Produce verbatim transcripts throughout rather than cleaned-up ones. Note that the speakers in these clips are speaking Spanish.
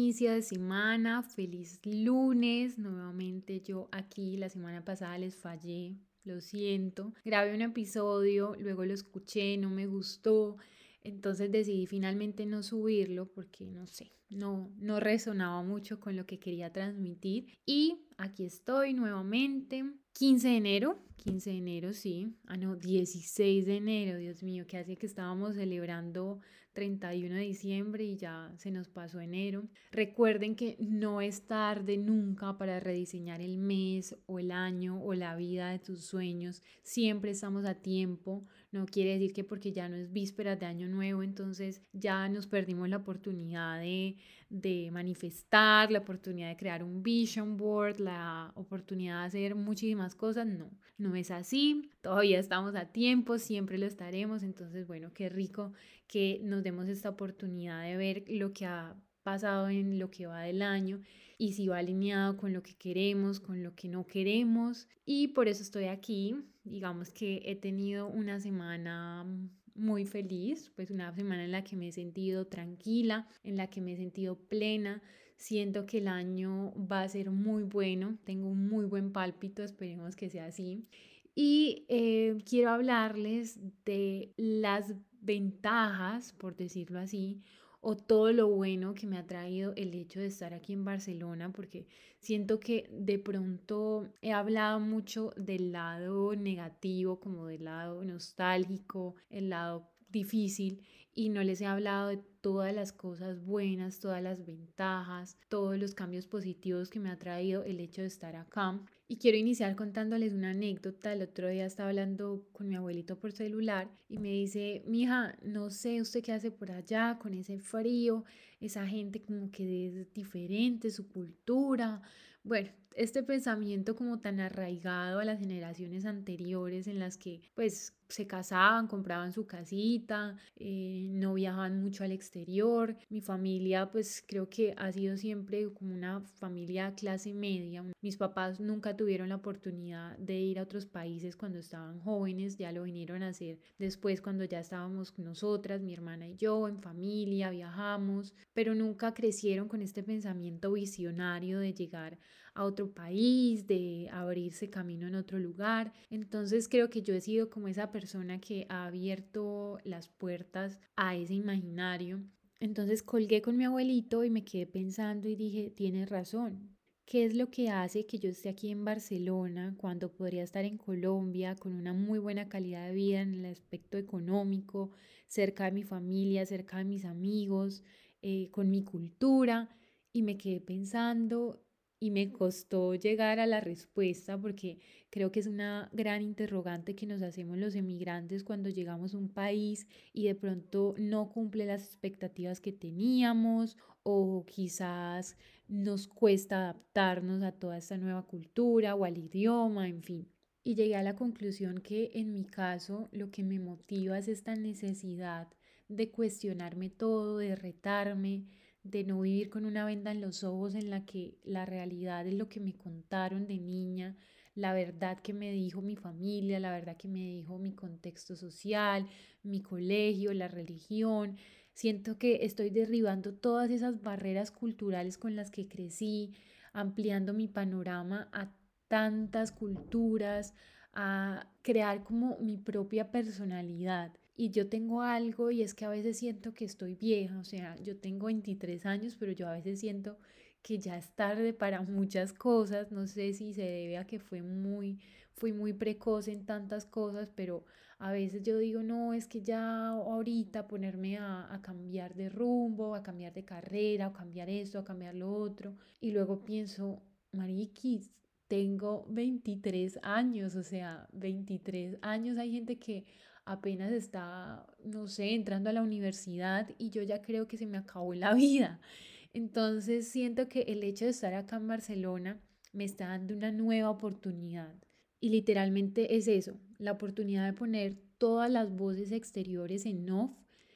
inicio de semana, feliz lunes. Nuevamente yo aquí la semana pasada les fallé, lo siento. Grabé un episodio, luego lo escuché, no me gustó. Entonces decidí finalmente no subirlo porque no sé, no, no resonaba mucho con lo que quería transmitir. Y aquí estoy nuevamente. quince de enero, quince de enero, sí. Ah, no, dieciséis de enero, Dios mío, que hace que estábamos celebrando treinta y uno de diciembre y ya se nos pasó enero. Recuerden que no es tarde nunca para rediseñar el mes o el año o la vida de tus sueños. Siempre estamos a tiempo. No quiere decir que porque ya no es vísperas de año nuevo, entonces ya nos perdimos la oportunidad de, de manifestar, la oportunidad de crear un vision board, la oportunidad de hacer muchísimas cosas. No, no es así. Todavía estamos a tiempo, siempre lo estaremos. Entonces, bueno, qué rico que nos demos esta oportunidad de ver lo que ha pasado en lo que va del año y si va alineado con lo que queremos, con lo que no queremos. Y por eso estoy aquí. Digamos que he tenido una semana muy feliz, pues una semana en la que me he sentido tranquila, en la que me he sentido plena. Siento que el año va a ser muy bueno, tengo un muy buen pálpito, esperemos que sea así. Y eh, quiero hablarles de las ventajas, por decirlo así, o todo lo bueno que me ha traído el hecho de estar aquí en Barcelona, porque siento que de pronto he hablado mucho del lado negativo, como del lado nostálgico, el lado difícil, y no les he hablado de todas las cosas buenas, todas las ventajas, todos los cambios positivos que me ha traído el hecho de estar acá. Y quiero iniciar contándoles una anécdota. El otro día estaba hablando con mi abuelito por celular y me dice, mija, no sé usted qué hace por allá con ese frío, esa gente como que es diferente, su cultura. Bueno, este pensamiento como tan arraigado a las generaciones anteriores en las que pues se casaban, compraban su casita, eh, no viajaban mucho al exterior. Mi familia pues creo que ha sido siempre como una familia clase media. Mis papás nunca tuvieron la oportunidad de ir a otros países cuando estaban jóvenes, ya lo vinieron a hacer después cuando ya estábamos nosotras, mi hermana y yo, en familia, viajamos, pero nunca crecieron con este pensamiento visionario de llegar a otro país, de abrirse camino en otro lugar. Entonces creo que yo he sido como esa persona que ha abierto las puertas a ese imaginario. Entonces colgué con mi abuelito y me quedé pensando y dije, tienes razón. ¿Qué es lo que hace que yo esté aquí en Barcelona cuando podría estar en Colombia con una muy buena calidad de vida en el aspecto económico, cerca de mi familia, cerca de mis amigos, eh, con mi cultura? Y me quedé pensando y me costó llegar a la respuesta porque creo que es una gran interrogante que nos hacemos los emigrantes cuando llegamos a un país y de pronto no cumple las expectativas que teníamos o quizás nos cuesta adaptarnos a toda esta nueva cultura o al idioma, en fin. Y llegué a la conclusión que en mi caso lo que me motiva es esta necesidad de cuestionarme todo, de retarme, de no vivir con una venda en los ojos en la que la realidad es lo que me contaron de niña, la verdad que me dijo mi familia, la verdad que me dijo mi contexto social, mi colegio, la religión. Siento que estoy derribando todas esas barreras culturales con las que crecí, ampliando mi panorama a tantas culturas, a crear como mi propia personalidad. Y yo tengo algo y es que a veces siento que estoy vieja, o sea, yo tengo veintitrés años, pero yo a veces siento que ya es tarde para muchas cosas. No sé si se debe a que fue muy, fui muy precoz en tantas cosas, pero a veces yo digo, no, es que ya ahorita ponerme a, a cambiar de rumbo, a cambiar de carrera, o cambiar esto, a cambiar lo otro. Y luego pienso, Mariquis, tengo veintitrés años, o sea, veintitrés años. Hay gente que apenas está, no sé, entrando a la universidad y yo ya creo que se me acabó la vida. Entonces siento que el hecho de estar acá en Barcelona me está dando una nueva oportunidad. Y literalmente es eso, la oportunidad de poner todas las voces exteriores en off,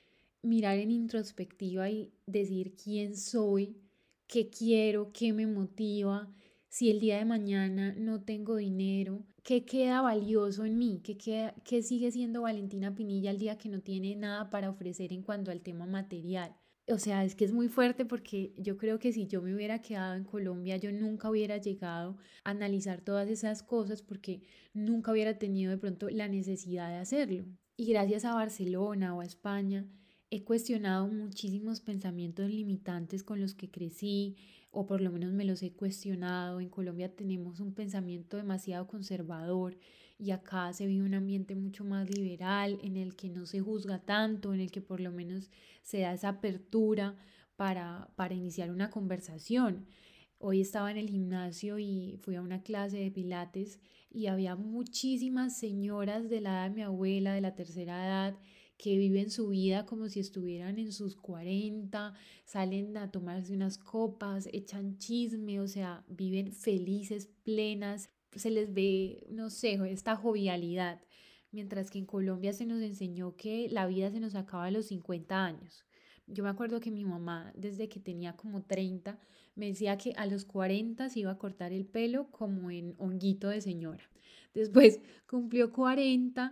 mirar en introspectiva y decir quién soy, qué quiero, qué me motiva. Si el día de mañana no tengo dinero, ¿qué queda valioso en mí? ¿Qué, queda, qué sigue siendo Valentina Pinilla el día que no tiene nada para ofrecer en cuanto al tema material? O sea, es que es muy fuerte porque yo creo que si yo me hubiera quedado en Colombia, yo nunca hubiera llegado a analizar todas esas cosas porque nunca hubiera tenido de pronto la necesidad de hacerlo. Y gracias a Barcelona o a España, he cuestionado muchísimos pensamientos limitantes con los que crecí, o por lo menos me los he cuestionado. En Colombia tenemos un pensamiento demasiado conservador y acá se vive un ambiente mucho más liberal en el que no se juzga tanto, en el que por lo menos se da esa apertura para, para iniciar una conversación. Hoy estaba en el gimnasio y fui a una clase de pilates y había muchísimas señoras de la edad de mi abuela, de la tercera edad, que viven su vida como si estuvieran en sus cuarenta, salen a tomarse unas copas, echan chisme, o sea, viven felices, plenas, se les ve, no sé, esta jovialidad, mientras que en Colombia se nos enseñó que la vida se nos acaba a los cincuenta años. Yo me acuerdo que mi mamá, desde que tenía como treinta, me decía que a los cuarenta se iba a cortar el pelo como en honguito de señora. Después cumplió cuarenta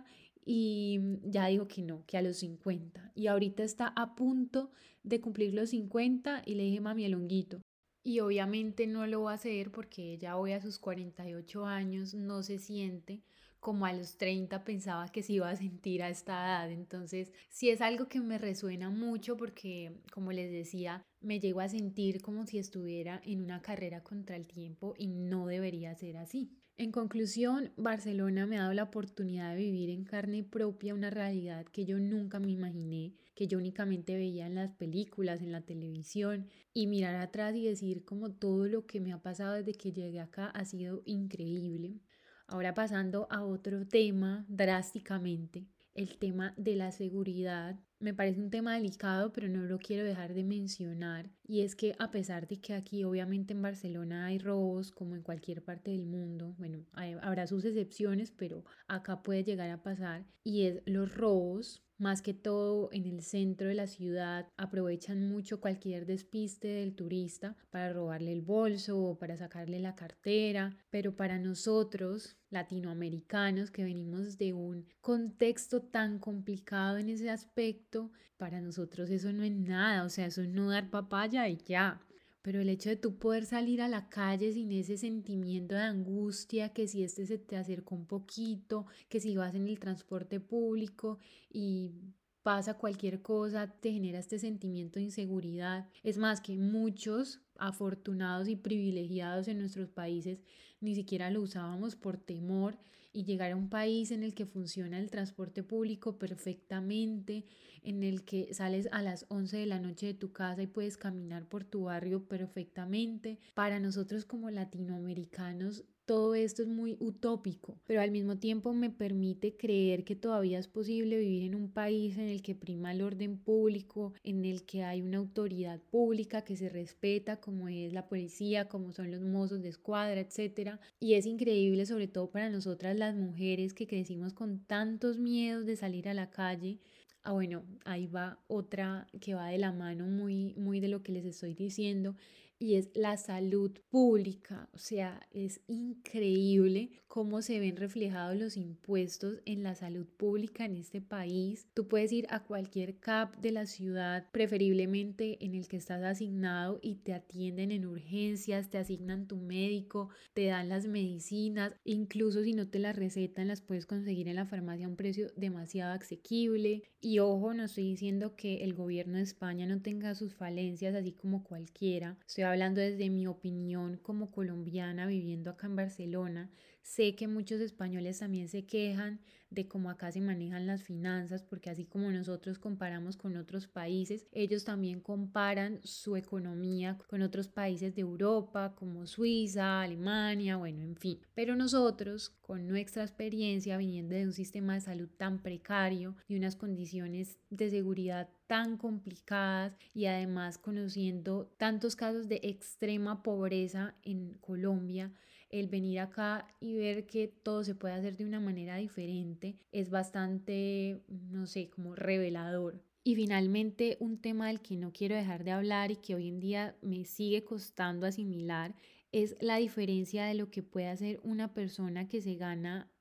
y ya dijo que no, que a los cincuenta. Y ahorita está a punto de cumplir los cincuenta y le dije, mami, el honguito. Y obviamente no lo va a hacer porque ella hoy a sus cuarenta y ocho años no se siente como a los treinta pensaba que se iba a sentir a esta edad. Entonces, sí es algo que me resuena mucho porque, como les decía, me llego a sentir como si estuviera en una carrera contra el tiempo y no debería ser así. En conclusión, Barcelona me ha dado la oportunidad de vivir en carne propia una realidad que yo nunca me imaginé, que yo únicamente veía en las películas, en la televisión, y mirar atrás y decir como todo lo que me ha pasado desde que llegué acá ha sido increíble. Ahora pasando a otro tema drásticamente, el tema de la seguridad. Me parece un tema delicado, pero no lo quiero dejar de mencionar. Y es que a pesar de que aquí obviamente en Barcelona hay robos, como en cualquier parte del mundo, bueno, hay, habrá sus excepciones, pero acá puede llegar a pasar. Y es los robos, más que todo en el centro de la ciudad, aprovechan mucho cualquier despiste del turista para robarle el bolso o para sacarle la cartera, pero para nosotros, latinoamericanos, que venimos de un contexto tan complicado en ese aspecto, para nosotros eso no es nada, o sea, eso es no dar papaya y ya. Pero el hecho de tú poder salir a la calle sin ese sentimiento de angustia, que si este se te acercó un poquito, que si vas en el transporte público y pasa cualquier cosa, te genera este sentimiento de inseguridad. Es más que muchos afortunados y privilegiados en nuestros países ni siquiera lo usábamos por temor, y llegar a un país en el que funciona el transporte público perfectamente, en el que sales a las once de la noche de tu casa y puedes caminar por tu barrio perfectamente. Para nosotros como latinoamericanos todo esto es muy utópico, pero al mismo tiempo me permite creer que todavía es posible vivir en un país en el que prima el orden público, en el que hay una autoridad pública que se respeta, como es la policía, como son los mozos de escuadra, etcétera. Y es increíble, sobre todo para nosotras las mujeres que crecimos con tantos miedos de salir a la calle. Ah, bueno, ahí va otra que va de la mano muy, muy de lo que les estoy diciendo, y es la salud pública. O sea, es increíble cómo se ven reflejados los impuestos en la salud pública en este país. Tú puedes ir a cualquier C A P de la ciudad, preferiblemente en el que estás asignado, y te atienden en urgencias, te asignan tu médico, te dan las medicinas, incluso si no te las recetan, las puedes conseguir en la farmacia a un precio demasiado asequible. Y ojo, no estoy diciendo que el gobierno de España no tenga sus falencias, así como cualquiera. Estoy hablando desde mi opinión como colombiana viviendo acá en Barcelona. Sé que muchos españoles también se quejan de cómo acá se manejan las finanzas, porque así como nosotros comparamos con otros países, ellos también comparan su economía con otros países de Europa, como Suiza, Alemania, bueno, en fin. Pero nosotros, con nuestra experiencia viniendo de un sistema de salud tan precario, de unas condiciones de seguridad tan complicadas y además conociendo tantos casos de extrema pobreza en Colombia, el venir acá y ver que todo se puede hacer de una manera diferente es bastante, no sé, como revelador. Y finalmente, un tema del que no quiero dejar de hablar y que hoy en día me sigue costando asimilar es la diferencia de lo que puede hacer una persona que se gana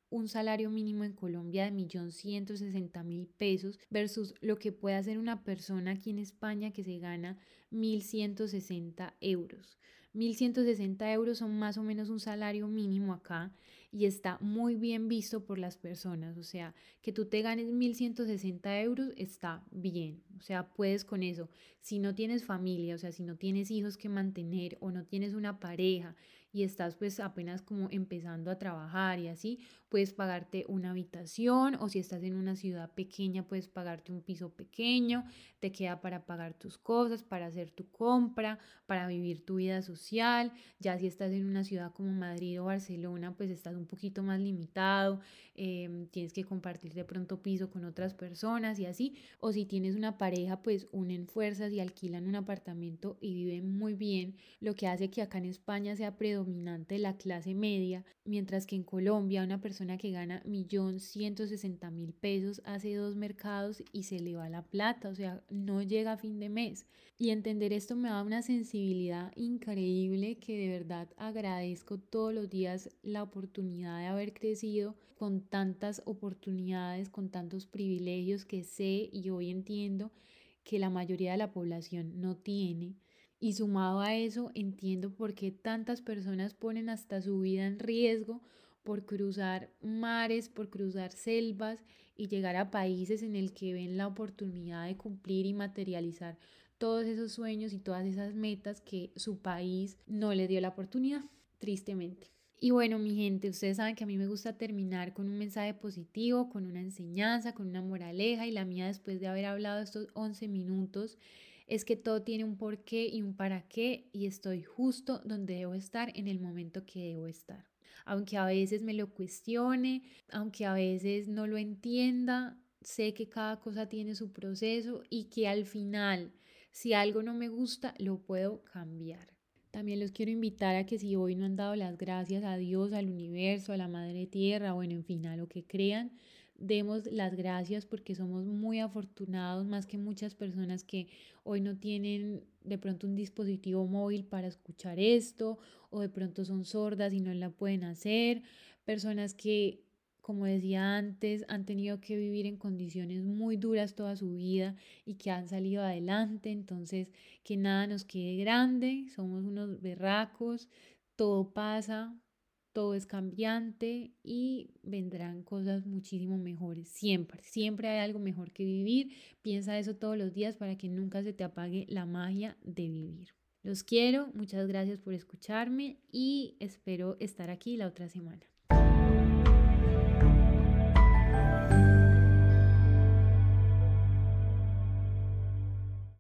un salario mínimo en Colombia de un millón ciento sesenta mil pesos versus lo que puede hacer una persona aquí en España que se gana mil ciento sesenta euros. Mil ciento sesenta euros son más o menos un salario mínimo acá y está muy bien visto por las personas. O sea, que tú te ganes mil ciento sesenta euros está bien. O sea, puedes con eso. Si no tienes familia, o sea, si no tienes hijos que mantener o no tienes una pareja y estás pues apenas como empezando a trabajar y así, puedes pagarte una habitación, o si estás en una ciudad pequeña puedes pagarte un piso pequeño, te queda para pagar tus cosas, para hacer tu compra, para vivir tu vida social. Ya si estás en una ciudad como Madrid o Barcelona, pues estás un poquito más limitado, eh, tienes que compartir de pronto piso con otras personas y así. O si tienes una pareja, pues unen fuerzas y alquilan un apartamento y viven muy bien, lo que hace que acá en España sea predominante la clase media, mientras que en Colombia una persona que gana un millón ciento sesenta mil pesos hace dos mercados y se le va la plata, o sea, no llega a fin de mes. Y entender esto me da una sensibilidad increíble, que de verdad agradezco todos los días la oportunidad de haber crecido con tantas oportunidades, con tantos privilegios que sé y hoy entiendo que la mayoría de la población no tiene. Y sumado a eso, entiendo por qué tantas personas ponen hasta su vida en riesgo por cruzar mares, por cruzar selvas y llegar a países en el que ven la oportunidad de cumplir y materializar todos esos sueños y todas esas metas que su país no le dio la oportunidad, tristemente. Y bueno, mi gente, ustedes saben que a mí me gusta terminar con un mensaje positivo, con una enseñanza, con una moraleja, y la mía, después de haber hablado estos once minutos, es que todo tiene un porqué y un para qué, y estoy justo donde debo estar en el momento que debo estar. Aunque a veces me lo cuestione, aunque a veces no lo entienda, sé que cada cosa tiene su proceso y que al final, si algo no me gusta, lo puedo cambiar. También los quiero invitar a que, si hoy no han dado las gracias a Dios, al universo, a la Madre Tierra, bueno, en fin, a lo que crean, demos las gracias porque somos muy afortunados, más que muchas personas que hoy no tienen de pronto un dispositivo móvil para escuchar esto, o de pronto son sordas y no la pueden hacer, personas que, como decía antes, han tenido que vivir en condiciones muy duras toda su vida y que han salido adelante. Entonces, que nada nos quede grande, somos unos berracos, todo pasa, todo es cambiante y vendrán cosas muchísimo mejores. Siempre, siempre hay algo mejor que vivir. Piensa eso todos los días para que nunca se te apague la magia de vivir. Los quiero, muchas gracias por escucharme y espero estar aquí la otra semana.